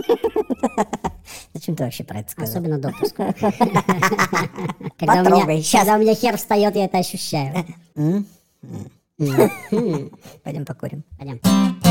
Зачем ты вообще про это сказал? Особенно допуск. Потрогай. Когда у меня хер встает, я это ощущаю. Пойдем покурим. Пойдем.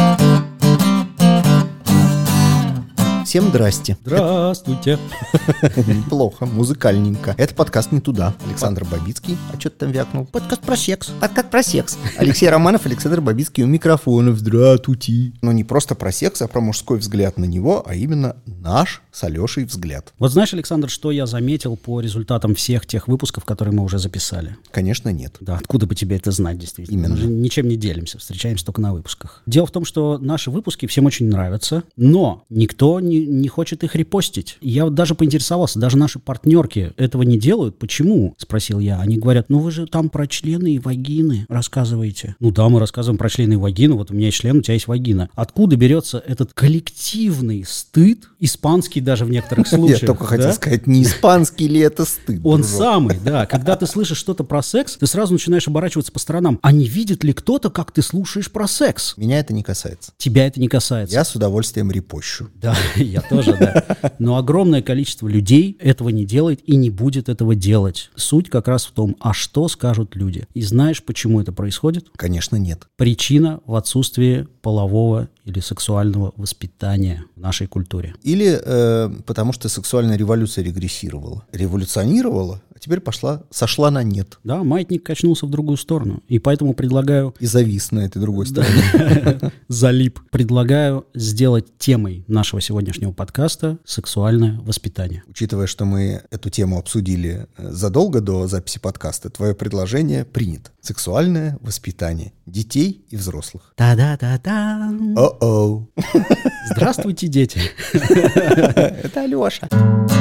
Всем здрасте. Здравствуйте. Плохо, музыкальненько. Это подкаст «Не туда». Александр Бабицкий. А что ты там вякнул? Подкаст про секс. Подкаст про секс. Алексей Романов, Александр Бабицкий у микрофонов. Здравствуйте. Но не просто про секс, а про мужской взгляд на него, а именно наш с Алешей взгляд. Вот знаешь, Александр, что я заметил по результатам всех тех выпусков, которые мы уже записали? Конечно, нет. Да, откуда бы тебе это знать, действительно? Именно. Мы же ничем не делимся, встречаемся только на выпусках. Дело в том, что наши выпуски всем очень нравятся, но никто не хочет их репостить. Я вот даже поинтересовался, даже наши партнерки этого не делают. Почему? Спросил я. Они говорят, ну вы же там про члены и вагины рассказываете. Ну да, мы рассказываем про члены и вагину. Вот у меня есть член, у тебя есть вагина. Откуда берется этот коллективный стыд, испанский даже в некоторых случаях? Я только хотел сказать, не испанский ли это стыд? Он самый, да. Когда ты слышишь что-то про секс, ты сразу начинаешь оборачиваться по сторонам. А не видит ли кто-то, как ты слушаешь про секс? Меня это не касается. Тебя это не касается. Я с удовольствием репощу. Да, я тоже, да. Но огромное количество людей этого не делает и не будет этого делать. Суть как раз в том, а что скажут люди? И знаешь, почему это происходит? Конечно, нет. Причина в отсутствии полового или сексуального воспитания в нашей культуре. Или потому что сексуальная революция регрессировала. Революционировала, а теперь сошла на нет. Да, маятник качнулся в другую сторону. И поэтому предлагаю... И завис на этой другой стороне. Залип. Предлагаю сделать темой нашего сегодняшнего подкаста сексуальное воспитание. Учитывая, что мы эту тему обсудили задолго до записи подкаста, твое предложение принято. Сексуальное воспитание детей и взрослых. Та-да-та-та. О-оу. Здравствуйте, дети. Это Алеша.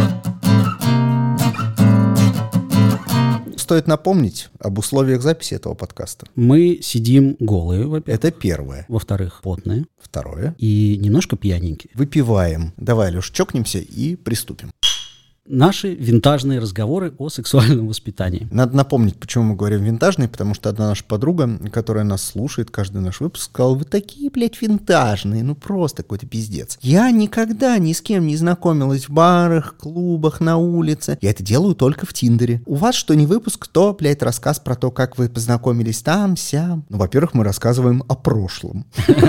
Стоит напомнить об условиях записи этого подкаста. Мы сидим голые, во-первых. Это первое. Во-вторых, потные. Второе. И немножко пьяненькие. Выпиваем. Давай, Алеш, чокнемся и приступим. Наши винтажные разговоры о сексуальном воспитании. Надо напомнить, почему мы говорим винтажные, потому что одна наша подруга, которая нас слушает, каждый наш выпуск, сказала, вы такие, блядь, винтажные, ну просто какой-то пиздец. Я никогда ни с кем не знакомилась в барах, клубах, на улице. Я это делаю только в Тиндере. У вас что не выпуск, то, блядь, рассказ про то, как вы познакомились там, сям. Ну, во-первых, мы рассказываем о прошлом.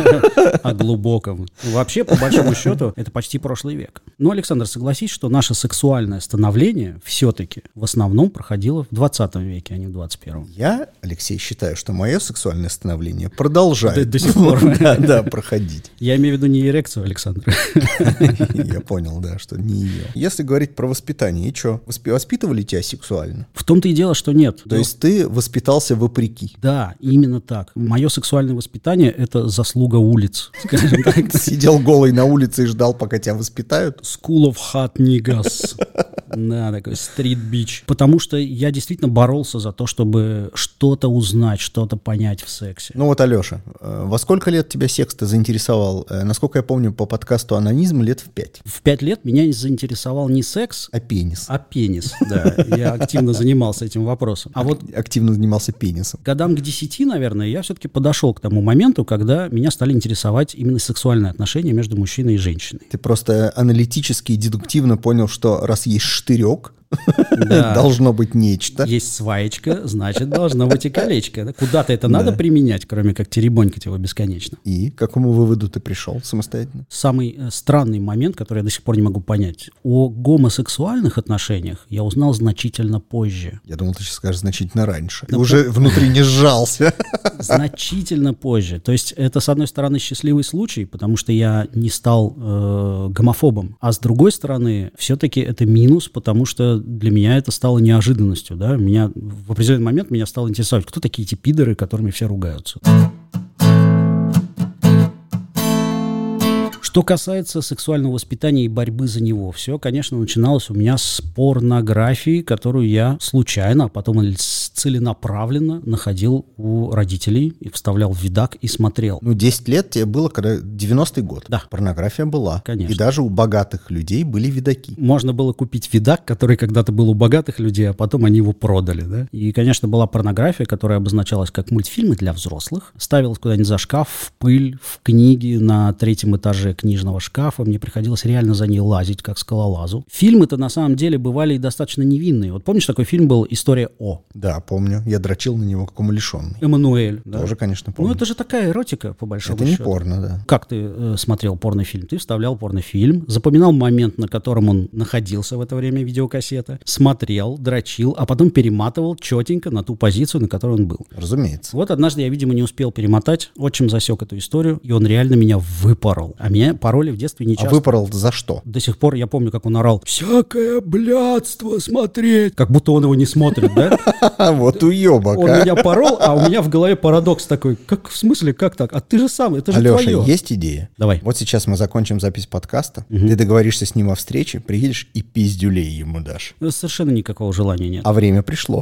О глубоком. Вообще, по большому счету, это почти прошлый век. Но, Александр, согласись, что наша сексуальная становление все-таки в основном проходило в 20 веке, а не в 21. Я, Алексей, считаю, что мое сексуальное становление продолжает до сих пор проходить. Я имею в виду не эрекцию, Александр. Я понял, да, что не ее. Если говорить про воспитание, и что? Воспитывали тебя сексуально? В том-то и дело, что нет. То есть ты воспитался вопреки? Да, именно так. Мое сексуальное воспитание — это заслуга улиц, скажем так. Сидел голый на улице и ждал, пока тебя воспитают? School of hot niggas. Да, такой стрит-бич. Потому что я действительно боролся за то, чтобы что-то узнать, что-то понять в сексе. Ну вот, Алеша, во сколько лет тебя секс-то заинтересовал? Насколько я помню, по подкасту «Анонизм» лет в 5. В 5 лет меня заинтересовал не секс, а пенис. А пенис, да. Я активно занимался этим вопросом. А вот активно занимался пенисом. Годам к 10, наверное, я все-таки подошел к тому моменту, когда меня стали интересовать именно сексуальные отношения между мужчиной и женщиной. Ты просто аналитически и дедуктивно понял, что раз есть штырек, да. Должно быть нечто. Есть сваечка, значит, должно быть и колечко. Да? Куда-то это надо применять, кроме как теребонькать его бесконечно. И к какому выводу ты пришел самостоятельно? Самый странный момент, который я до сих пор не могу понять. О гомосексуальных отношениях я узнал значительно позже. Я думал, ты сейчас скажешь значительно раньше. Ты уже внутренне сжался. Значительно позже. То есть это, с одной стороны, счастливый случай, потому что я не стал гомофобом. А с другой стороны, все-таки это минус, потому что для меня это стало неожиданностью. Да? В определенный момент меня стало интересовать, кто такие эти пидоры, которыми все ругаются. Что касается сексуального воспитания и борьбы за него, все, конечно, начиналось у меня с порнографии, которую я случайно, а потом с целенаправленно находил у родителей и вставлял в видак и смотрел. 10 лет тебе было, когда 90-й год. Да. Порнография была. Конечно. И даже у богатых людей были видаки. Можно было купить видак, который когда-то был у богатых людей, а потом они его продали, да? И, конечно, была порнография, которая обозначалась как мультфильмы для взрослых. Ставилась куда-нибудь за шкаф, в пыль, в книги на 3-м этаже книжного шкафа. Мне приходилось реально за ней лазить, как скалолазу. Фильмы-то на самом деле бывали и достаточно невинные. Вот помнишь, такой фильм был «История О»? Да, помню. Я дрочил на него, как умалишенный. Эммануэль. Да? Тоже, конечно, помню. Ну, это же такая эротика, по большому Это счету. не порно, да. Как ты смотрел порнофильм? Ты вставлял порнофильм, запоминал момент, на котором он находился в это время, видеокассета, смотрел, дрочил, а потом перематывал четенько на ту позицию, на которой он был. Разумеется. Вот однажды я, видимо, не успел перемотать, отчим засек эту историю, и он реально меня выпорол. А меня пороли в детстве не часто. А выпорол за что? До сих пор я помню, как он орал: «Всякое блядство смотреть!» Как будто он его не смотрит, да? Вот уебок, Он а. меня порол, а у меня в голове парадокс такой: как, в смысле, как так? А ты же сам, это же Алеша, твое. есть идея? Давай. Вот сейчас мы закончим запись подкаста, ты договоришься с ним о встрече, приедешь и пиздюлей ему дашь. Совершенно никакого желания нет. А время пришло.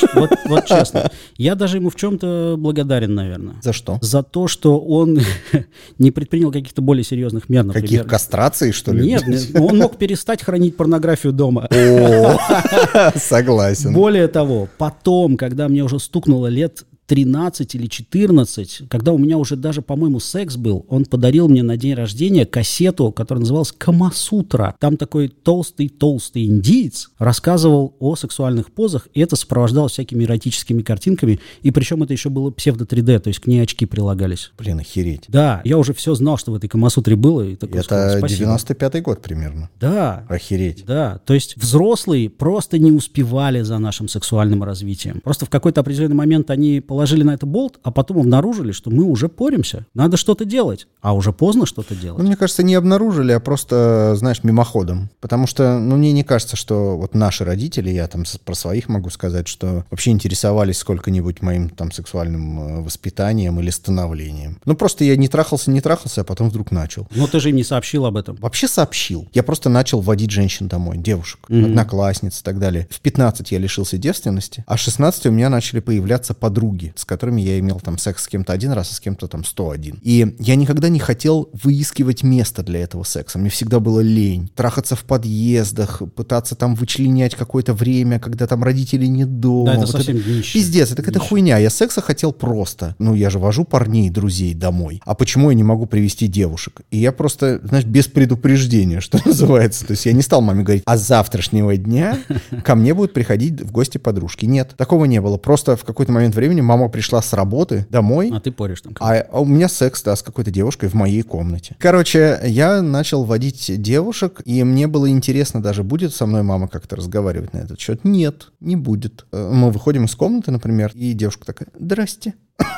Вот честно. Я даже ему в чем-то благодарен, наверное. За что? За то, что он не предпринял каких-то более серьезных мер, например. Каких, кастраций, что ли? Нет, он мог перестать хранить порнографию дома. О, согласен. Более того, потом, когда мне уже стукнуло лет 13 или 14, когда у меня уже даже, по-моему, секс был, он подарил мне на день рождения кассету, которая называлась «Камасутра». Там такой толстый-толстый индиец рассказывал о сексуальных позах, и это сопровождалось всякими эротическими картинками, и причем это еще было псевдо-3D, то есть к ней очки прилагались. Блин, охереть. Да, я уже все знал, что в этой Камасутре было. И такой сказал: Это «Спасибо». 95-й год примерно. Да. Охереть. Да, то есть взрослые просто не успевали за нашим сексуальным развитием. Просто в какой-то определенный момент они положили на это болт, а потом обнаружили, что мы уже поримся. Надо что-то делать, а уже поздно что-то делать. Ну, мне кажется, не обнаружили, а просто, знаешь, мимоходом. Потому что, мне не кажется, что вот наши родители, я там про своих могу сказать, что вообще интересовались сколько-нибудь моим там сексуальным воспитанием или становлением. Ну, просто я не трахался, а потом вдруг начал. Но ты же им не сообщил об этом. Вообще сообщил. Я просто начал водить женщин домой, девушек, одноклассниц и так далее. В 15 я лишился девственности, а в 16 у меня начали появляться подруги, с которыми я имел там секс с кем-то один раз, а с кем-то там 101. И я никогда не хотел выискивать место для этого секса. Мне всегда было лень. Трахаться в подъездах, пытаться там вычленять какое-то время, когда там родителей нет дома. Да, это Вот совсем днище. Пиздец, это какая-то хуйня. Я секса хотел просто. Я же вожу парней, друзей домой. А почему я не могу привести девушек? И я просто, знаешь, без предупреждения, что называется. То есть я не стал маме говорить: а с завтрашнего дня ко мне будут приходить в гости подружки. Нет, такого не было. Просто в какой-то момент времени мама пришла с работы домой. А ты поришь там. А у меня секс, да, с какой-то девушкой в моей комнате. Короче, я начал водить девушек, и мне было интересно даже, будет со мной мама как-то разговаривать на этот счет. Нет, не будет. Мы выходим из комнаты, например, и девушка такая: «Здрасте».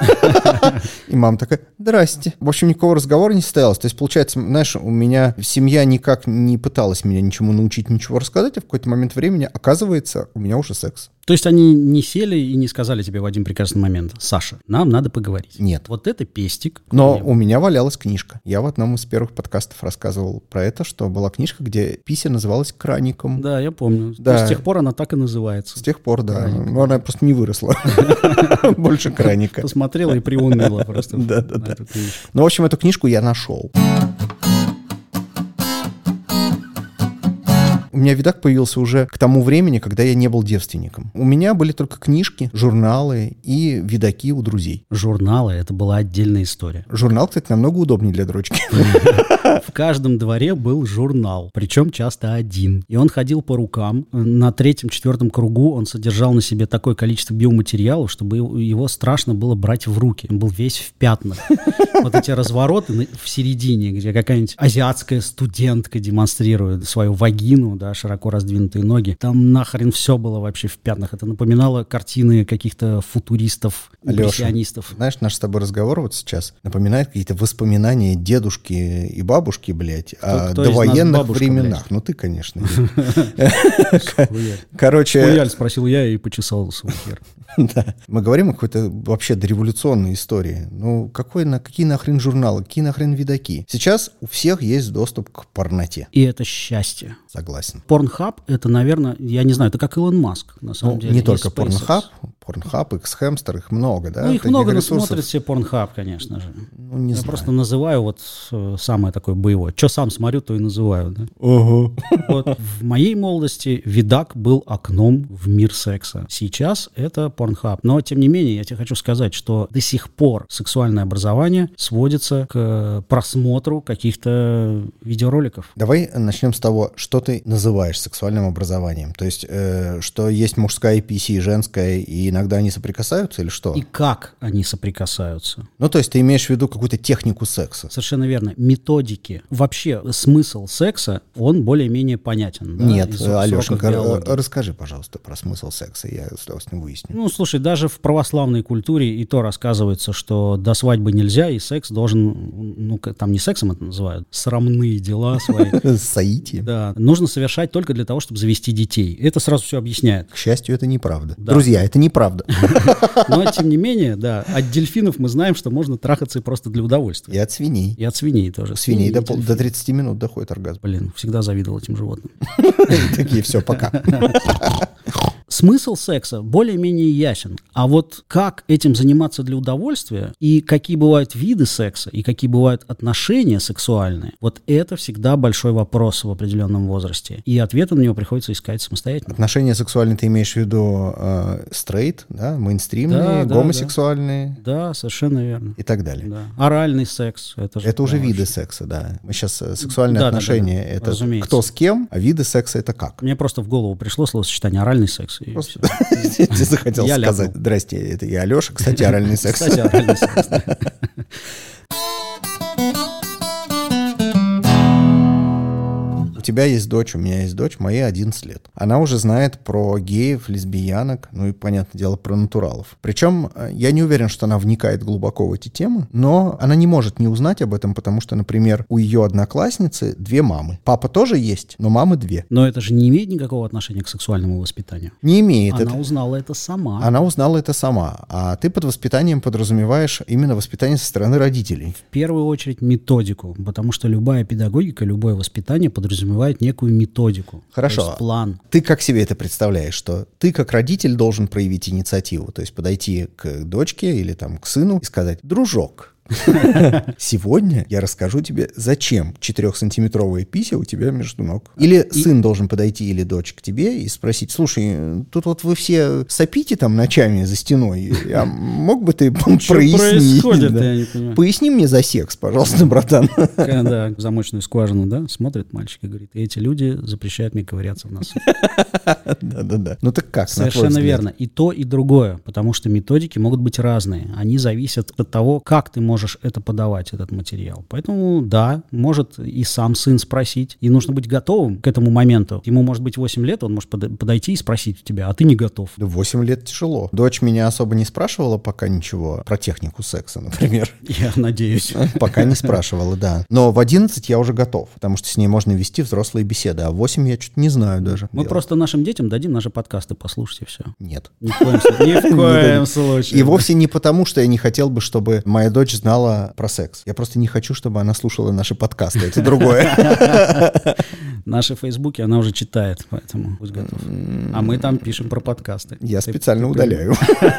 И мама такая: «Здрасте». В общем, никакого разговора не состоялось. То есть, получается, знаешь, у меня семья никак не пыталась меня ничему научить, ничего рассказать, а в какой-то момент времени, оказывается, у меня уже секс. То есть они не сели и не сказали тебе в один прекрасный момент: «Саша, нам надо поговорить». Нет. Вот это пестик. Но у меня валялась книжка. Я в одном из первых подкастов рассказывал про это, что была книжка, где пися называлась «Краником». Да, я помню. Да. То есть с тех пор она так и называется. С тех пор, да. Но она просто не выросла. Больше «Краника». Посмотрела и приуныла просто. Да-да-да. на эту книжку. Ну, в общем, эту книжку я нашел. У меня видак появился уже к тому времени, когда я не был девственником. У меня были только книжки, журналы и видаки у друзей. Журналы — это была отдельная история. Журнал, кстати, намного удобнее для дрочки. В каждом дворе был журнал, причем часто один. И он ходил по рукам. На 3-4 кругу он содержал на себе такое количество биоматериалов, чтобы его страшно было брать в руки. Он был весь в пятнах. Вот эти развороты в середине, где какая-нибудь азиатская студентка демонстрирует свою вагину, да, широко раздвинутые ноги. Там нахрен все было вообще в пятнах. Это напоминало картины каких-то футуристов, импрессионистов. Знаешь, наш с тобой разговор вот сейчас напоминает какие-то воспоминания дедушки и бабушки, блядь, о довоенных временах. Блядь? Ну ты, конечно. Короче... Хуяль, спросил я и почесал свой хер. Да. Мы говорим о какой-то вообще дореволюционной истории. Ну, какие нахрен журналы, какие нахрен видаки? Сейчас у всех есть доступ к порноте. И это счастье. Согласен. Порнхаб — это, наверное, я не знаю, это как Илон Маск, на самом деле. Не только Порнхаб. Pornhub, X-Hamster, их много, да? Ну, их таких много, но ресурсов. смотрит все Pornhub, конечно же. Ну, не Я знаю. просто называю вот самое такое боевое. Что сам смотрю, то и называю. Да? Ого. Вот в моей молодости видак был окном в мир секса. Сейчас это Pornhub. Но, тем не менее, я тебе хочу сказать, что до сих пор сексуальное образование сводится к просмотру каких-то видеороликов. Давай начнем с того, что ты называешь сексуальным образованием. То есть, что есть мужская PC и женская, и иногда они соприкасаются или что? И как они соприкасаются. Ну, то есть ты имеешь в виду какую-то технику секса? Совершенно верно. Методики. Вообще, смысл секса, он более-менее понятен. Да? Нет, Из уроков Алешенька, биологии. расскажи, пожалуйста, про смысл секса, я с удовольствием выясню. Ну, слушай, даже в православной культуре и то рассказывается, что до свадьбы нельзя, и секс должен, ну, там не сексом это называют, срамные дела свои. Саити. Да, нужно совершать только для того, чтобы завести детей. Это сразу все объясняет. К счастью, это неправда. Да. Друзья, это неправда. Но, тем не менее, да, от дельфинов мы знаем, что можно трахаться и просто для удовольствия. И от свиней. И от свиней тоже. Свиней И до дельфины. 30 минут доходит оргазм. Блин, всегда завидовал этим животным. Такие, все, пока. Смысл секса более-менее ясен. А вот как этим заниматься для удовольствия, и какие бывают виды секса, и какие бывают отношения сексуальные, вот это всегда большой вопрос в определенном возрасте. И ответы на него приходится искать самостоятельно. Отношения сексуальные ты имеешь в виду стрейт, да, мейнстримные, Да, гомосексуальные Да, совершенно верно. и так далее. Да. Оральный секс. Это уже да, виды вообще. секса, да. Мы сейчас сексуальные Да, отношения, да, это разумеется. кто с кем, а виды секса это как? Мне просто в голову пришло словосочетание оральный секс. И Просто всё. ты захотел Я сказать. ляпнул. Здрасте, это я Алеша, кстати, оральный секс. Кстати, оральный секс. Да. У тебя есть дочь, у меня есть дочь, моей 11 лет. Она уже знает про геев, лесбиянок, ну и, понятное дело, про натуралов. Причем я не уверен, что она вникает глубоко в эти темы, но она не может не узнать об этом, потому что, например, у ее одноклассницы 2 мамы. Папа тоже есть, но мамы 2. Но это же не имеет никакого отношения к сексуальному воспитанию. Не имеет. Она узнала это сама. Она узнала это сама. А ты под воспитанием подразумеваешь именно воспитание со стороны родителей. В первую очередь методику, потому что любая педагогика, любое воспитание подразумевает некую методику. Хорошо. То есть план. Ты как себе это представляешь, что ты как родитель должен проявить инициативу, то есть подойти к дочке или там к сыну и сказать: дружок, сегодня я расскажу тебе, зачем 4-сантиметровая пися у тебя между ног. Или сын должен подойти, или дочь к тебе и спросить: слушай, тут вот вы все сопите там ночами за стеной, а мог бы ты прояснить? происходит, Да. я не понимаю. Поясни мне за секс, пожалуйста, братан. Когда в замочную скважину, да, смотрит мальчик и говорит: эти люди запрещают мне ковыряться в носу. Да-да-да. Ну так как, на твой Совершенно взгляд? верно. И то, и другое, потому что методики могут быть разные. Они зависят от того, как ты можешь это подавать, этот материал. Поэтому, да, может и сам сын спросить, и нужно быть готовым к этому моменту. Ему может быть 8 лет, он может подойти и спросить у тебя, а ты не готов. Да 8 лет тяжело. Дочь меня особо не спрашивала пока ничего про технику секса, например. Я надеюсь. Пока не спрашивала, да. Но в 11 я уже готов, потому что с ней можно вести взрослые беседы, а в 8 я что-то не знаю даже. Мы делать. просто нашим детям дадим наши подкасты послушать, и все. Нет. Ни в коем случае. Ни в коем случае. И вовсе не потому, что я не хотел бы, чтобы моя дочь знала про секс. Я просто не хочу, чтобы она слушала наши подкасты. Это другое. Наши фейсбуки она уже читает, поэтому будь готов. А мы там пишем про подкасты. Я Ты- специально ты удаляю.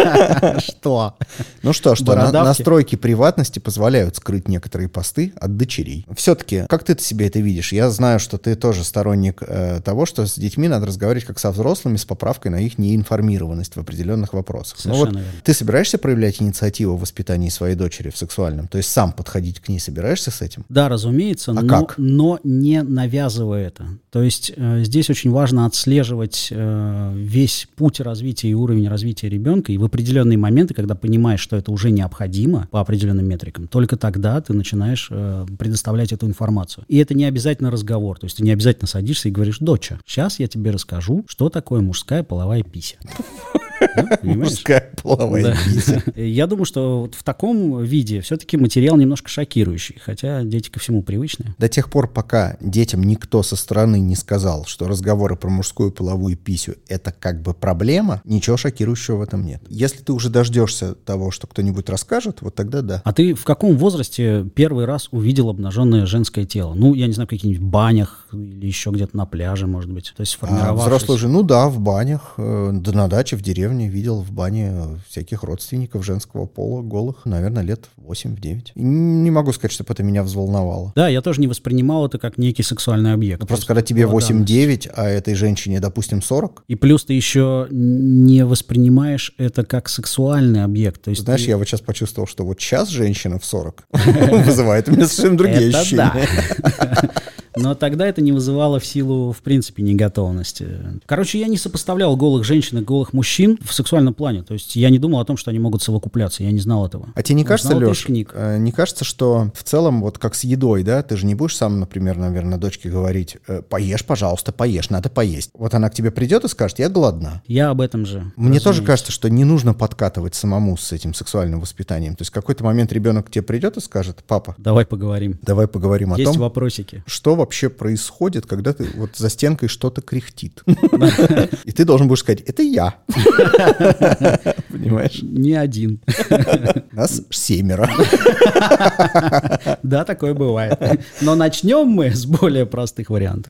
Что? Ну что, Бородавки? настройки приватности позволяют скрыть некоторые посты от дочерей. Все-таки, как ты себе это видишь? Я знаю, что ты тоже сторонник того, что с детьми надо разговаривать как со взрослыми, с поправкой на их неинформированность в определенных вопросах. Но вот Совершенно верно. ты собираешься проявлять инициативу в воспитании своей дочери в сексуальном? То есть сам подходить к ней собираешься с этим? Да, разумеется, как? но не навязывая это. То есть здесь очень важно отслеживать весь путь развития и уровень развития ребенка, и в определенные моменты, когда понимаешь, что это уже необходимо по определенным метрикам, только тогда ты начинаешь предоставлять эту информацию. И это не обязательно разговор, то есть ты не обязательно садишься и говоришь: доча, сейчас я тебе расскажу, что такое мужская половая пися. Да, понимаешь? Мужская половая Да. пися. Я думаю, что вот в таком виде все-таки материал немножко шокирующий, хотя дети ко всему привычны. До тех пор, пока детям никто со стороны не сказал, что разговоры про мужскую половую писю — это как бы проблема, ничего шокирующего в этом нет. Если ты уже дождешься того, что кто-нибудь расскажет, вот тогда да. А ты в каком возрасте первый раз увидел обнаженное женское тело? Ну, я не знаю, в каких-нибудь банях или еще где-то на пляже, может быть. То есть сформировавшись. Взрослую жену, да, в банях, да на даче, в деревне. деревне видел в бане всяких родственников женского пола голых, наверное, лет 8-9. И не могу сказать, чтобы это меня взволновало. Да, я тоже не воспринимал это как некий сексуальный объект. Ну, просто когда тебе 8-9, а этой женщине, допустим, 40. И плюс ты еще не воспринимаешь это как сексуальный объект. То есть Знаешь, я вот сейчас почувствовал, что вот сейчас женщина в 40 вызывает у меня совершенно другие это ощущения. да. Но тогда это не вызывало в силу, в принципе, неготовности. Короче, я не сопоставлял голых женщин и голых мужчин в сексуальном плане. То есть я не думал о том, что они могут совокупляться. Я не знал этого. А тебе не кажется, Знал Леш, не кажется, что в целом вот как с едой, да, ты же не будешь сам, например, наверное, дочке говорить: поешь, пожалуйста, поешь, надо поесть. Вот она к тебе придет и скажет: я голодна. Я об этом же. Мне тоже кажется, что не нужно подкатывать самому с этим сексуальным воспитанием. То есть в какой-то момент ребенок к тебе придет и скажет: папа, давай поговорим. давай поговорим о Есть том, вопросики. что вообще происходит, когда ты вот за стенкой что-то кряхтит. И ты должен будешь сказать: это я. Понимаешь? Не один. Нас 7. Да, такое бывает. Но начнем мы с более простых вариантов.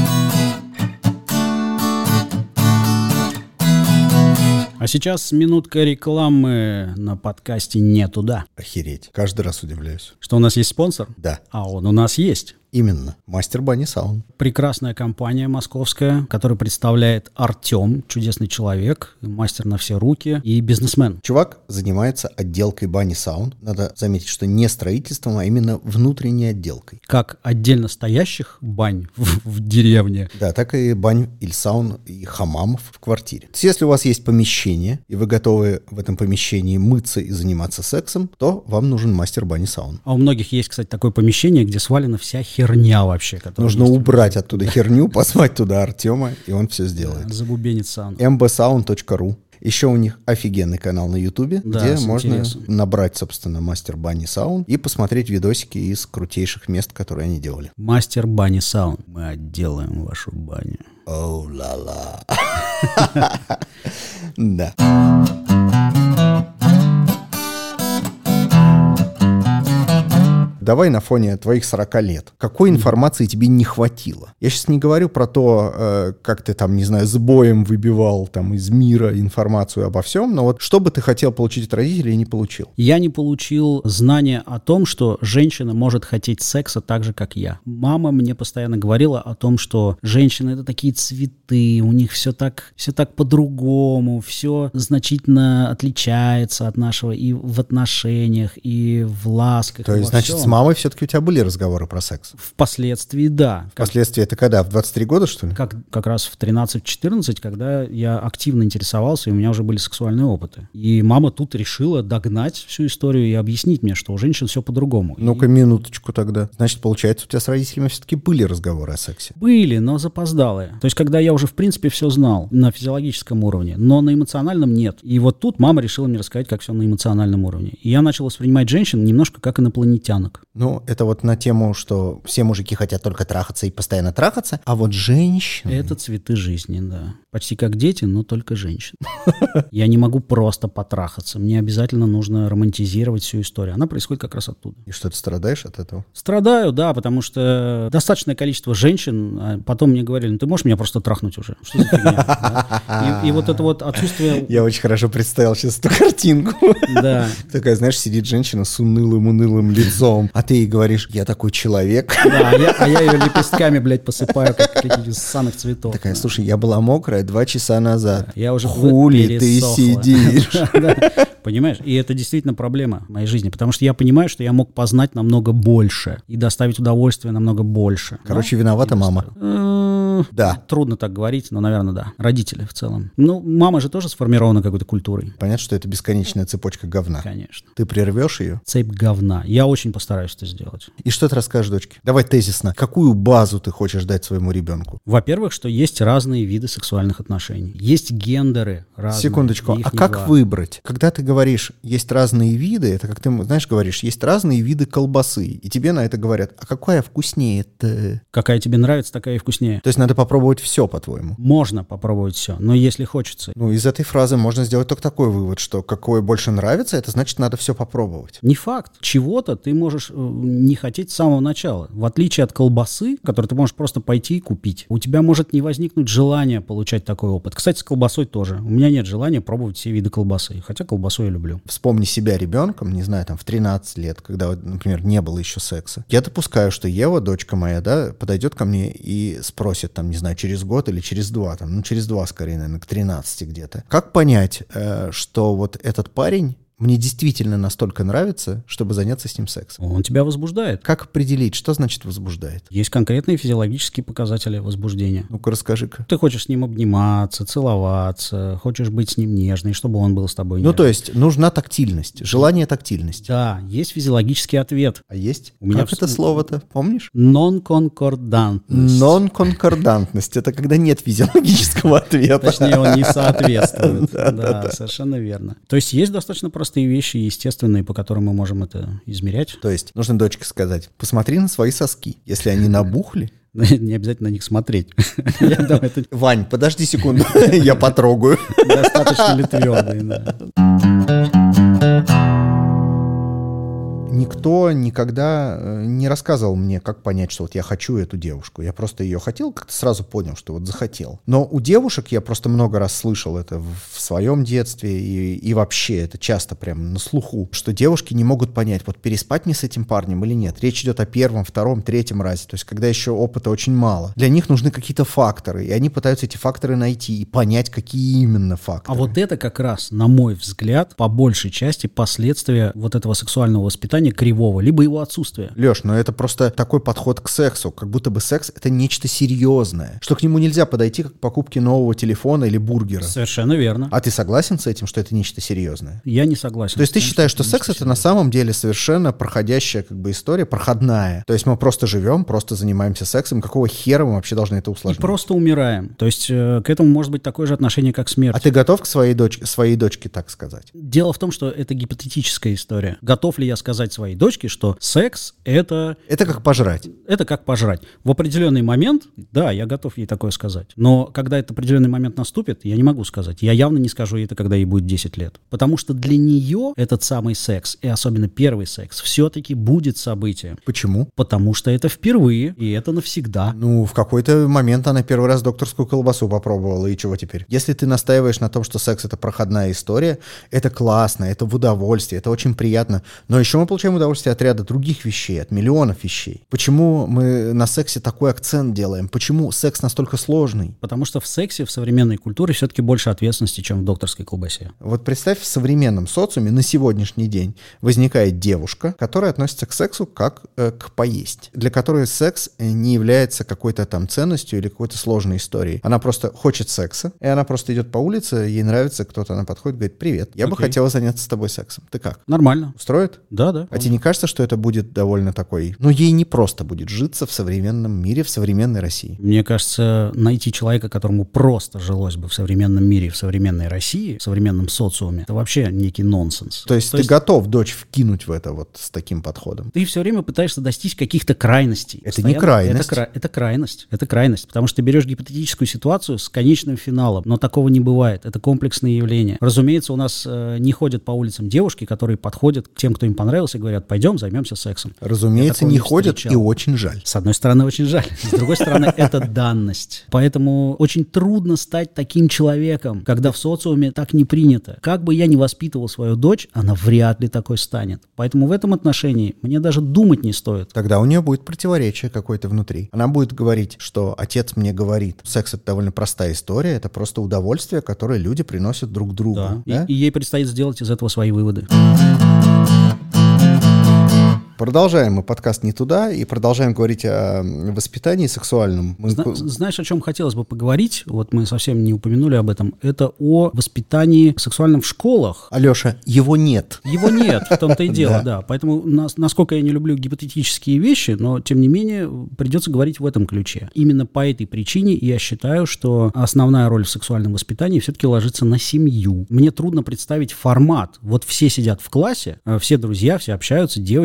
А сейчас минутка рекламы на подкасте «Не туда». Охереть. Каждый раз удивляюсь. Что у нас есть спонсор? Да. А он у нас есть. Именно. Мастер Бани Саун. Прекрасная компания московская, которую представляет Артем, чудесный человек, мастер на все руки и бизнесмен. Чувак занимается отделкой бани саун. Надо заметить, что не строительством, а именно внутренней отделкой. Как отдельно стоящих бань в деревне. Да, так и бань или саун и хамамов в квартире. То есть, если у вас есть помещение, и вы готовы в этом помещении мыться и заниматься сексом, то вам нужен мастер бани саун. А у многих есть, кстати, такое помещение, где свалена вся херня вообще. Нужно убрать оттуда херню, позвать туда Артема, и он все сделает. Забубенит саунд. mbsound.ru. Еще у них офигенный канал на Ютубе, Да, где с можно интересом. набрать, собственно, мастер бани саун и посмотреть видосики из крутейших мест, которые они делали. Мастер бани саунд. Мы отделаем вашу баню. Оу, ла-ла. Да. Давай на фоне твоих 40 лет. Какой информации тебе не хватило? Я сейчас не говорю про то, как ты там, не знаю, с боем выбивал там из мира информацию обо всем, но вот что бы ты хотел получить от родителей и не получил? Я не получил знания о том, что женщина может хотеть секса так же, как я. Мама мне постоянно говорила о том, что женщины — это такие цветы, у них все так по-другому, все значительно отличается от нашего и в отношениях, и в ласках. То и есть, во значит, всем. с мамой все-таки у тебя были разговоры про секс? Впоследствии, да. Впоследствии это когда? В 23 года, что ли? Как раз в 13-14, когда я активно интересовался, и у меня уже были сексуальные опыты. И мама тут решила догнать всю историю и объяснить мне, что у женщин все по-другому. Ну-ка, минуточку тогда. Значит, получается, у тебя с родителями все-таки были разговоры о сексе? Были, но запоздалые. То есть, когда я уже, в принципе, все знал на физиологическом уровне, но на эмоциональном нет. И вот тут мама решила мне рассказать, как все на эмоциональном уровне. И я начал воспринимать женщин немножко как инопланетянок. Ну, это вот на тему, что все мужики хотят только трахаться и постоянно трахаться, а вот женщины... Это цветы жизни, да. Почти как дети, но только женщины. Я не могу просто потрахаться. Мне обязательно нужно романтизировать всю историю. Она происходит как раз оттуда. И что, ты страдаешь от этого? Страдаю, да, потому что достаточное количество женщин, а потом мне говорили: ну ты можешь меня просто трахнуть уже? Что за фигня? Да? И вот это вот отсутствие... Я очень хорошо представил сейчас эту картинку. Да. Такая, знаешь, сидит женщина с унылым лицом, а ты ей говоришь: я такой человек. Да, а я ее лепестками, блядь, посыпаю, как каких-то ссаных цветов. Такая: слушай, я была мокрая 2 часа назад. Я уже Хули ты пересохла. сидишь? Да. Понимаешь? И это действительно проблема в моей жизни, потому что я понимаю, что я мог познать намного больше и доставить удовольствие намного больше. Короче, виновата мама. Да. Трудно так говорить, но, наверное, да. Родители в целом. Ну, мама же тоже сформирована какой-то культурой. Понятно, что это бесконечная цепочка говна. Конечно. Ты прервешь ее? Цепь говна. Я очень постараюсь это сделать. И что ты расскажешь дочке? Давай тезисно. Какую базу ты хочешь дать своему ребенку? Во-первых, что есть разные виды сексуальных отношений. Есть гендеры разные. Секундочку. их А не как два. выбрать? Когда ты говоришь, есть разные виды, это как ты, знаешь, говоришь, есть разные виды колбасы. И тебе на это говорят: а какая вкуснее-то? Какая тебе нравится, такая и вкуснее. То есть на надо попробовать все, по-твоему? Можно попробовать все, но если хочется. Ну, из этой фразы можно сделать только такой вывод, что какое больше нравится, это значит, надо все попробовать. Не факт. Чего-то ты можешь не хотеть с самого начала. В отличие от колбасы, которую ты можешь просто пойти и купить. У тебя может не возникнуть желания получать такой опыт. Кстати, с колбасой тоже. У меня нет желания пробовать все виды колбасы. Хотя колбасу я люблю. Вспомни себя ребенком, не знаю, там в 13 лет, когда, например, не было еще секса. Я допускаю, что Ева, дочка моя, да, подойдет ко мне и спросит, там, не знаю, через год или через 2, там, ну, через 2 скорее, наверное, к 13 где-то. Как понять, что вот этот парень мне действительно настолько нравится, чтобы заняться с ним сексом? Он тебя возбуждает. Как определить, что значит возбуждает? Есть конкретные физиологические показатели возбуждения. Ну-ка, расскажи-ка. Ты хочешь с ним обниматься, целоваться, хочешь быть с ним нежной, чтобы он был с тобой нежным. Ну, то есть нужна тактильность, желание тактильности. Да, есть физиологический ответ. А есть? У меня Как это слово-то, помнишь? Нон-конкордантность. Нон-конкордантность. Это когда нет физиологического ответа. Точнее, он не соответствует. Да, совершенно верно. То есть есть достаточно простые вещи, естественные, по которым мы можем это измерять. То есть нужно дочке сказать, посмотри на свои соски. Если они набухли... Не обязательно на них смотреть. Я думаю, это Вань, подожди секунду, я потрогаю. достаточно ли твердые, да. Никто никогда не рассказывал мне, как понять, что вот я хочу эту девушку. Я просто ее хотел, как-то сразу понял, что вот захотел. Но у девушек я просто много раз слышал это в своем детстве и вообще это часто прям на слуху, что девушки не могут понять, вот переспать мне с этим парнем или нет. Речь идет о первом, втором, третьем разе, то есть когда еще опыта очень мало. Для них нужны какие-то факторы, и они пытаются эти факторы найти и понять, какие именно факторы. А вот это как раз, на мой взгляд, по большей части последствия вот этого сексуального воспитания кривого, либо его отсутствия. Леш, но это просто такой подход к сексу, как будто бы секс — это нечто серьезное, что к нему нельзя подойти как к покупке нового телефона или бургера. Совершенно верно. А ты согласен с этим, что это нечто серьезное? Я не согласен. То есть ты с тем, считаешь, что это секс — нечто это на самом деле совершенно проходящая как бы история, проходная. То есть мы просто живем, просто занимаемся сексом. Какого хера мы вообще должны это И усложнять? просто умираем. То есть к этому может быть такое же отношение, как смерть. А ты готов к своей дочке так сказать? Дело в том, что это гипотетическая история. Готов ли я сказать своей дочке, что секс — это Это как пожрать. как пожрать? В определенный момент, да, я готов ей такое сказать. Но когда этот определенный момент наступит, я не могу сказать. Я явно не скажу ей это, когда ей будет 10 лет. Потому что для нее этот самый секс, и особенно первый секс, все-таки будет событием. Почему? Потому что это впервые, и это навсегда. Ну, в какой-то момент она первый раз докторскую колбасу попробовала, и чего теперь? Если ты настаиваешь на том, что секс — это проходная история, это классно, это в удовольствие, это очень приятно, но еще мы получаем удовольствие от ряда других вещей, от миллионов вещей. Почему мы на сексе такой акцент делаем? Почему секс настолько сложный? Потому что в сексе, в современной культуре все-таки больше ответственности, чем в докторской колбасе. Вот представь, в современном социуме на сегодняшний день возникает девушка, которая относится к сексу как к поесть, для которой секс не является какой-то там ценностью или какой-то сложной историей. Она просто хочет секса, и она просто идет по улице, ей нравится кто-то, она подходит, говорит: привет, я бы Окей. хотела заняться с тобой сексом. Ты как? Нормально. Устроит? Да. А тебе не кажется, что это будет довольно такой... Ну, ей не просто будет житься в современном мире, в современной России. Мне кажется, найти человека, которому просто жилось бы в современном мире, в современной России, в современном социуме, это вообще некий нонсенс. То есть ты готов дочь вкинуть в это вот с таким подходом? Ты все время пытаешься достичь каких-то крайностей. Это не крайность. Это крайность. Это крайность. Потому что ты берешь гипотетическую ситуацию с конечным финалом, но такого не бывает. Это комплексное явление. Разумеется, у нас не ходят по улицам девушки, которые подходят к тем, кто им понравился, и говорят: пойдем, займемся сексом. Разумеется, такого не не ходят, встречал. и очень жаль. С одной стороны, очень жаль. С другой стороны, это данность. Поэтому очень трудно стать таким человеком, когда в социуме так не принято. Как бы я ни воспитывал свою дочь, она вряд ли такой станет. Поэтому в этом отношении мне даже думать не стоит. Тогда у нее будет противоречие какое-то внутри. Она будет говорить, что отец мне говорит, секс — это довольно простая история, это просто удовольствие, которое люди приносят друг другу. Да. Да? И ей предстоит сделать из этого свои выводы. Продолжаем мы подкаст «Не туда» и продолжаем говорить о воспитании сексуальном. Знаешь, о чем хотелось бы поговорить? Вот мы совсем не упомянули об этом. Это о воспитании сексуальном в школах. Алеша, его нет. Его нет, в том-то и дело, да. Поэтому, насколько я не люблю гипотетические вещи, но, тем не менее, придется говорить в этом ключе. Именно по этой причине я считаю, что основная роль в сексуальном воспитании все-таки ложится на семью. Мне трудно представить формат. Вот все сидят в классе, все друзья, все общаются, девочки, возраст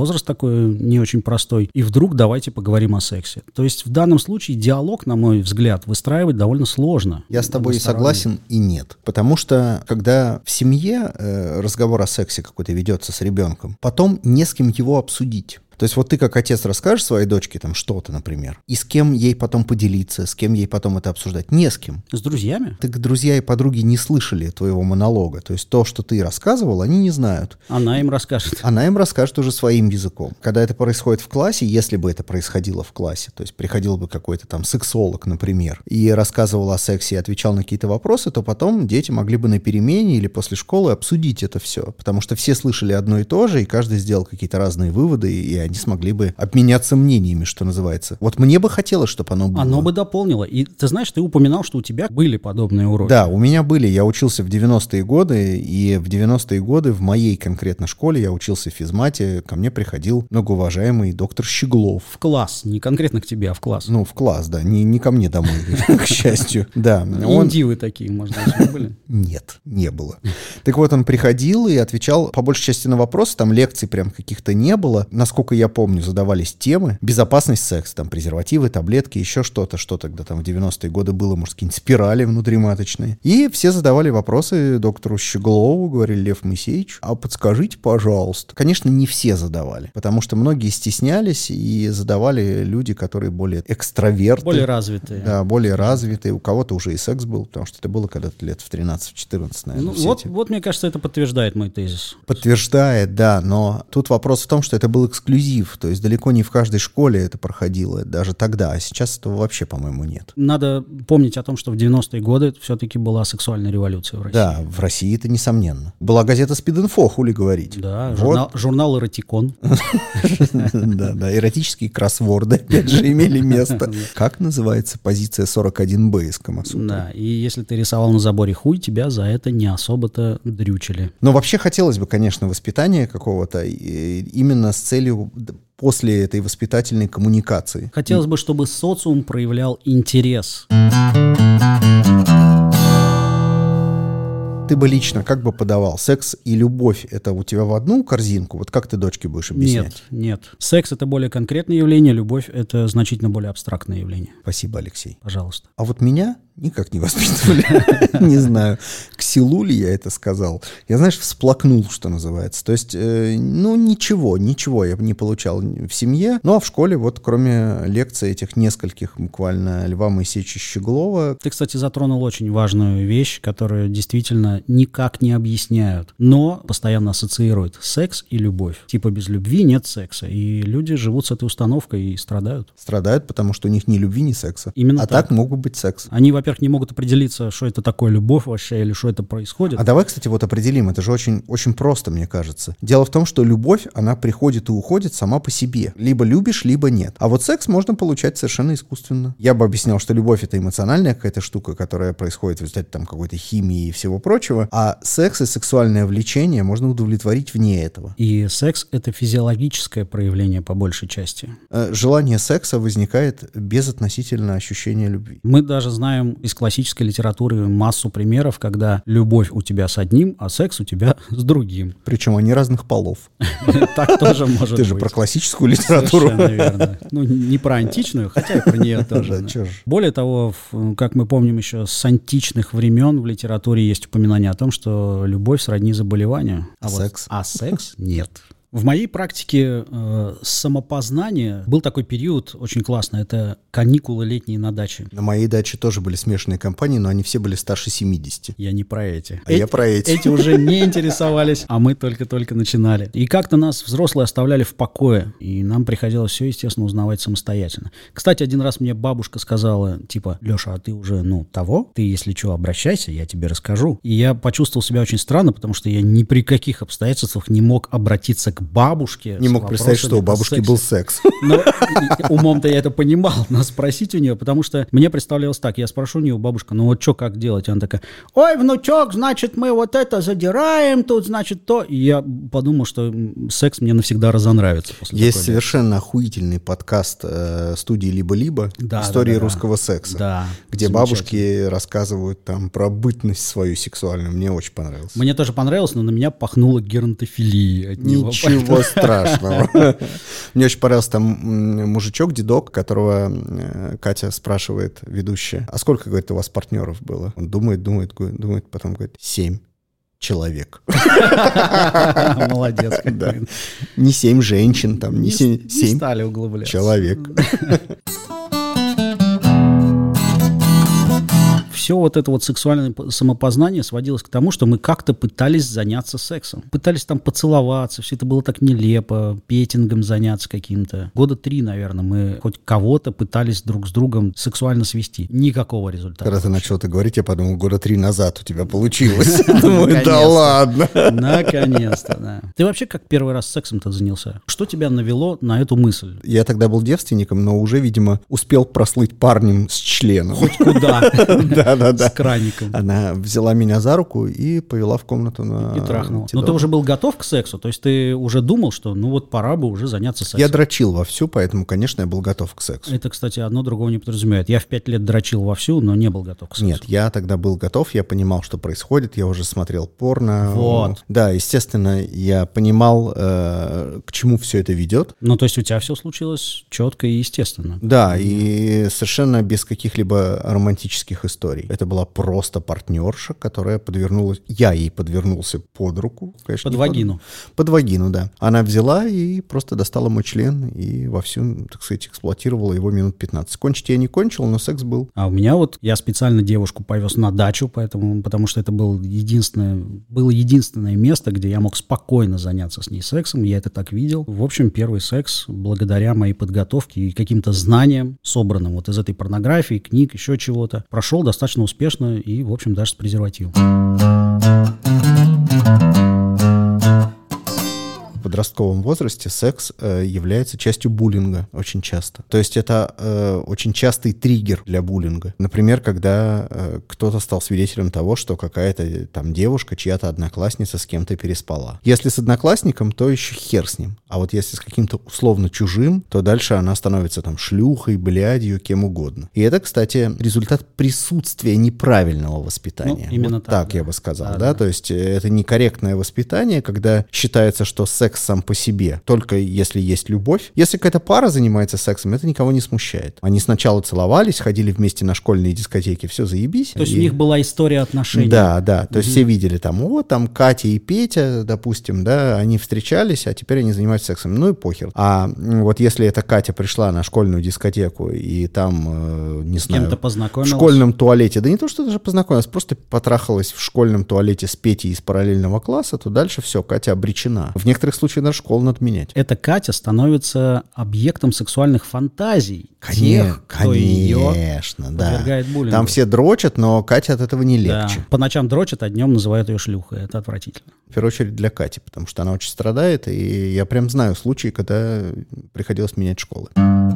возраст такой не очень простой, и вдруг давайте поговорим о сексе. То есть в данном случае диалог, на мой взгляд, выстраивать довольно сложно. Я с тобой и согласен, и нет. Потому что, когда в семье разговор о сексе какой-то ведется с ребенком, потом не с кем его обсудить. То есть вот ты как отец расскажешь своей дочке там что-то, например, и с кем ей потом поделиться, с кем ей потом это обсуждать? Не с кем. С друзьями? Так друзья и подруги не слышали твоего монолога. То есть то, что ты рассказывал, они не знают. Она им расскажет. Она им расскажет уже своим языком. Когда это происходит в классе, если бы это происходило в классе, то есть приходил бы какой-то там сексолог, например, и рассказывал о сексе и отвечал на какие-то вопросы, то потом дети могли бы на перемене или после школы обсудить это все. Потому что все слышали одно и то же, и каждый сделал какие-то разные выводы, и они смогли бы обменяться мнениями, что называется. Вот мне бы хотелось, чтобы оно было. Оно бы дополнило. И ты знаешь, ты упоминал, что у тебя были подобные уроки. Да, у меня были. Я учился в 90-е годы, и в 90-е годы в моей конкретно школе я учился в физмате, ко мне приходил многоуважаемый доктор Щеглов. В класс, не конкретно к тебе, а в класс. Ну, в класс, да, не ко мне домой, к счастью. Да. Индивы такие, может быть, были? Нет, не было. Так вот, он приходил и отвечал по большей части на вопросы, там лекций прям каких-то не было. Насколько я помню, задавались темы. Безопасность секса, там презервативы, таблетки, еще что-то, что тогда там в 90-е годы было, может, какие-нибудь спирали внутриматочные. И все задавали вопросы доктору Щеглову, говорили: Лев Моисеевич, а подскажите, пожалуйста. Конечно, не все задавали, потому что многие стеснялись, и задавали люди, которые более экстраверты. Более развитые. Да, более развитые. У кого-то уже и секс был, потому что это было когда-то лет в 13-14, наверное. Ну, вот, мне кажется, это подтверждает мой тезис. Подтверждает, да, но тут вопрос в том, что это был эксклюзив. То есть далеко не в каждой школе это проходило, даже тогда. А сейчас этого вообще, по-моему, нет. Надо помнить о том, что в 90-е годы все-таки была сексуальная революция в России. Да, в России это несомненно. Была газета «Спид-инфо», хули говорить. Да, журнал «Эротикон». Да, эротические кроссворды, опять же, имели место. Как называется позиция 41Б из Камасутры? Да, и если ты рисовал на заборе хуй, тебя за это не особо-то дрючили. Но вообще хотелось бы, конечно, воспитания какого-то именно с целью после этой воспитательной коммуникации. Хотелось бы, чтобы социум проявлял интерес. Ты бы лично как бы подавал? Секс и любовь — это у тебя в одну корзинку? Вот как ты дочке будешь объяснять? Нет. Секс — это более конкретное явление, любовь — это значительно более абстрактное явление. Спасибо, Алексей. Пожалуйста. А вот меня никак не воспитывали. Не знаю, к селу ли я это сказал. Я, знаешь, всплакнул, что называется. То есть, ничего я не получал в семье. Ну, а в школе, вот кроме лекций этих нескольких, буквально, Льва Моисеевича Щеглова. Ты, кстати, затронул очень важную вещь, которую действительно никак не объясняют, но постоянно ассоциируют секс и любовь. Типа без любви нет секса. И люди живут с этой установкой и страдают. Страдают, потому что у них ни любви, ни секса. Именно так могут быть секс. Они, во-первых, не могут определиться, что это такое любовь вообще, или что это происходит. А давай, кстати, вот определим. Это же очень, очень просто, мне кажется. Дело в том, что любовь, она приходит и уходит сама по себе. Либо любишь, либо нет. А вот секс можно получать совершенно искусственно. Я бы объяснял, что любовь — это эмоциональная какая-то штука, которая происходит в результате там какой-то химии и всего прочего. А секс и сексуальное влечение можно удовлетворить вне этого. И секс — это физиологическое проявление по большей части. Желание секса возникает безотносительно ощущения любви. Мы даже знаем из классической литературы массу примеров, когда любовь у тебя с одним, а секс у тебя с другим. Причем они разных полов. Так тоже может быть. Ты же про классическую литературу. Совершенно верно. Ну, не про античную, хотя и про нее тоже. Более того, как мы помним еще с античных времен, в литературе есть упоминание о том, что любовь сродни заболеванию. А секс нет. В моей практике самопознания был такой период очень классный. Это каникулы летние на даче. На моей даче тоже были смешанные компании, но они все были старше 70. Я не про эти. Я про эти. Эти уже не интересовались, а мы только-только начинали. И как-то нас взрослые оставляли в покое, и нам приходилось все, естественно, узнавать самостоятельно. Кстати, один раз мне бабушка сказала, типа: Леша, а ты уже, того? Ты, если что, обращайся, я тебе расскажу. И я почувствовал себя очень странно, потому что я ни при каких обстоятельствах не мог обратиться к бабушке. Не мог представить, что у бабушки был секс. Но умом-то я это понимал, но спросить у нее, потому что мне представлялось так, я спрошу у нее: бабушка, вот что, как делать? Она такая: ой, внучок, значит, мы вот это задираем тут, значит, то. И я подумал, что секс мне навсегда разонравится. Есть совершенно охуительный подкаст студии «Либо-либо», «Истории русского секса», где бабушки рассказывают там про бытность свою сексуальную. Мне очень понравилось. Мне тоже понравилось, но на меня пахнуло геронтофилией от него. Ничего страшного. Мне очень понравился там мужичок, дедок, которого Катя спрашивает, ведущая, а сколько, говорит, у вас партнеров было? Он думает, потом говорит, 7 человек. Молодец. Да. Не 7 женщин, там, не 7 стали углубляться. человек. Все вот это вот сексуальное самопознание сводилось к тому, что мы как-то пытались заняться сексом. Пытались там поцеловаться, все это было так нелепо, петингом заняться каким-то. 3 года, наверное, мы хоть кого-то пытались друг с другом сексуально свести. Никакого результата. Когда ты начал это говорить, я подумал, 3 года назад у тебя получилось. Думаю, да ладно. Наконец-то, да. Ты вообще как первый раз сексом-то занялся? Что тебя навело на эту мысль? Я тогда был девственником, но уже, видимо, успел прослыть парнем с членом. Хоть куда. Да. С краником. Она взяла меня за руку и повела в комнату на... И трахнула. Но ты уже был готов к сексу? То есть ты уже думал, что ну вот пора бы уже заняться сексом? Я дрочил вовсю, поэтому, конечно, я был готов к сексу. Это, кстати, одно другого не подразумевает. Я в 5 лет дрочил вовсю, но не был готов к сексу. Нет, я тогда был готов, я понимал, что происходит, я уже смотрел порно. Вот. Да, естественно, я понимал, к чему все это ведет. Ну, то есть у тебя все случилось четко и естественно. Да, и совершенно без каких-либо романтических историй. Это была просто партнерша, которая подвернулась... Я ей подвернулся под руку. Конечно, Под вагину. Под вагину, да. Она взяла и просто достала мой член и вовсю, так сказать, эксплуатировала его минут 15. Кончить я не кончил, но секс был. А у меня вот... Я специально девушку повез на дачу, потому что это было единственное место, где я мог спокойно заняться с ней сексом. Я это так видел. В общем, первый секс, благодаря моей подготовке и каким-то знаниям, собранным вот из этой порнографии, книг, еще чего-то, прошел достаточно успешно и, в общем, даже с презервативом. В подростковом возрасте секс является частью буллинга очень часто. То есть это очень частый триггер для буллинга. Например, когда кто-то стал свидетелем того, что какая-то там девушка, чья-то одноклассница с кем-то переспала. Если с одноклассником, то еще хер с ним. А вот если с каким-то условно чужим, то дальше она становится там шлюхой, блядью, кем угодно. И это, кстати, результат присутствия неправильного воспитания. Ну, именно вот так да. я бы сказал, Да. да? То есть это некорректное воспитание, когда считается, что секс сам по себе, только если есть любовь. Если какая-то пара занимается сексом, это никого не смущает. Они сначала целовались, ходили вместе на школьные дискотеки, все, заебись. То есть у них была история отношений. Да. То есть все видели там Катя и Петя, допустим, да, они встречались, а теперь они занимаются сексом. Ну и похер. А вот если эта Катя пришла на школьную дискотеку и там, не знаю, кем-то в познакомилась. школьном туалете, да не то, что даже познакомилась, просто потрахалась в школьном туалете с Петей из параллельного класса, то дальше все, Катя обречена. В некоторых случаях даже школу надо менять. Эта Катя становится объектом сексуальных фантазий тех, кто Конечно, да. подвергает буллингу. Там все дрочат, но Катя от этого не Да. легче. По ночам дрочат, а днем называют ее шлюхой. Это отвратительно. В первую очередь для Кати, потому что она очень страдает, и я прям знаю случаи, когда приходилось менять школы.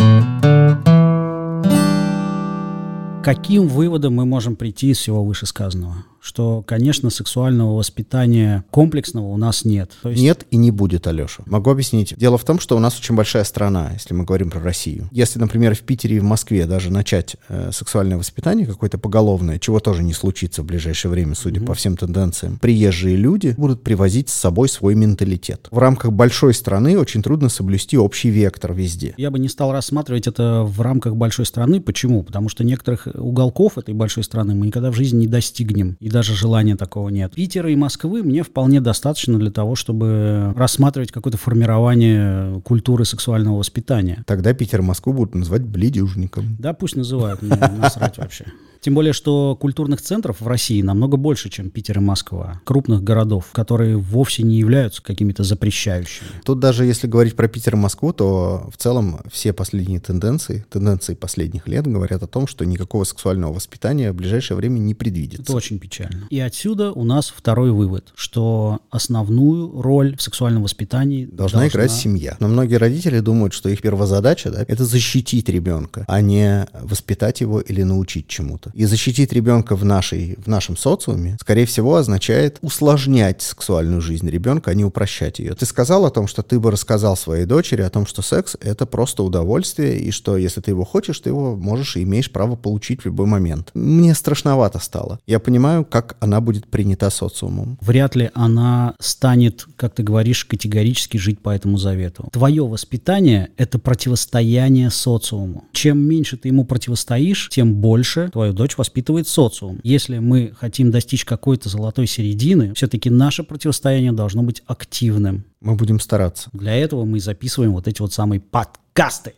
Каким выводом мы можем прийти из всего вышесказанного? Что, конечно, сексуального воспитания комплексного у нас нет. То есть... Нет и не будет, Алеша. Могу объяснить. Дело в том, что у нас очень большая страна, если мы говорим про Россию. Если, например, в Питере и в Москве даже начать сексуальное воспитание какое-то поголовное, чего тоже не случится в ближайшее время, судя по всем тенденциям, приезжие люди будут привозить с собой свой менталитет. В рамках большой страны очень трудно соблюсти общий вектор везде. Я бы не стал рассматривать это в рамках большой страны. Почему? Потому что некоторых уголков этой большой страны мы никогда в жизни не достигнем. И даже желания такого нет. Питера и Москвы мне вполне достаточно для того, чтобы рассматривать какое-то формирование культуры сексуального воспитания. Тогда Питер и Москву будут называть бледюжником. Да, пусть называют, мне насрать вообще. Тем более, что культурных центров в России намного больше, чем Питер и Москва. Крупных городов, которые вовсе не являются какими-то запрещающими. Тут даже если говорить про Питер и Москву, то в целом все последние тенденции последних лет говорят о том, что никакого сексуального воспитания в ближайшее время не предвидится. Это очень печально. И отсюда у нас второй вывод, что основную роль в сексуальном воспитании должна играть семья. Но многие родители думают, что их первозадача, да, это защитить ребенка, а не воспитать его или научить чему-то. секса. И защитить ребенка в нашем социуме, скорее всего, означает усложнять сексуальную жизнь ребенка, а не упрощать ее. Ты сказал о том, что ты бы рассказал своей дочери о том, что секс — это просто удовольствие, и что если ты его хочешь, ты его можешь и имеешь право получить в любой момент. Мне страшновато стало. Я понимаю, как она будет принята социумом. Вряд ли она станет, как ты говоришь, категорически жить по этому завету. Твое воспитание — это противостояние социуму. Чем меньше ты ему противостоишь, тем больше твою дочь воспитывает социум. Если мы хотим достичь какой-то золотой середины, все-таки наше противостояние должно быть активным. Мы будем стараться. Для этого мы записываем вот эти вот самые подкасты.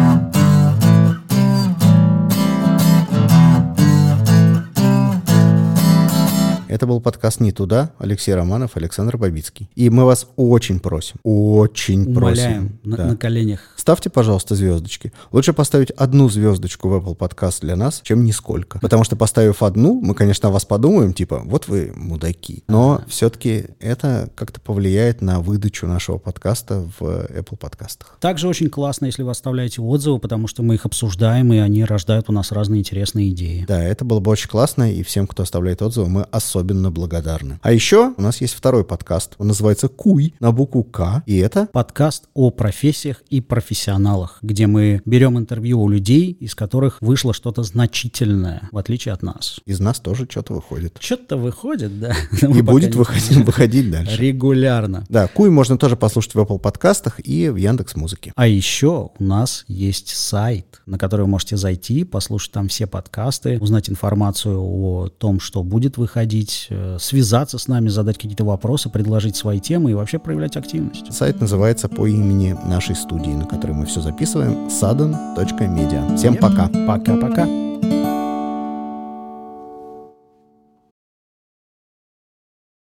Это был подкаст «Не туда». Алексей Романов, Александр Бабицкий. И мы вас очень просим, Умоляем да. на коленях. Ставьте, пожалуйста, звездочки. Лучше поставить 1 звездочку в Apple Podcast для нас, чем нисколько. Потому что, поставив 1, мы, конечно, о вас подумаем, типа, вот вы мудаки. Но все-таки это как-то повлияет на выдачу нашего подкаста в Apple подкастах. Также очень классно, если вы оставляете отзывы, потому что мы их обсуждаем, и они рождают у нас разные интересные идеи. Да, это было бы очень классно, и всем, кто оставляет отзывы, мы особенно благодарны. А еще у нас есть второй подкаст. Он называется «Куй» на букву «К», и это подкаст о профессиях и профессионалах, где мы берем интервью у людей, из которых вышло что-то значительное, в отличие от нас. из нас тоже что-то выходит. Что-то выходит, да. И будет выходить дальше. Регулярно. Да, «Куй» можно тоже послушать в Apple подкастах и в Яндекс.Музыке. А еще у нас есть сайт, на который вы можете зайти, послушать там все подкасты, узнать информацию о том, что будет выходить, связаться с нами, задать какие-то вопросы, предложить свои темы и вообще проявлять активность. Сайт называется по имени нашей студии, на которой мы все записываем, sadon.media. Всем пока. Пока-пока.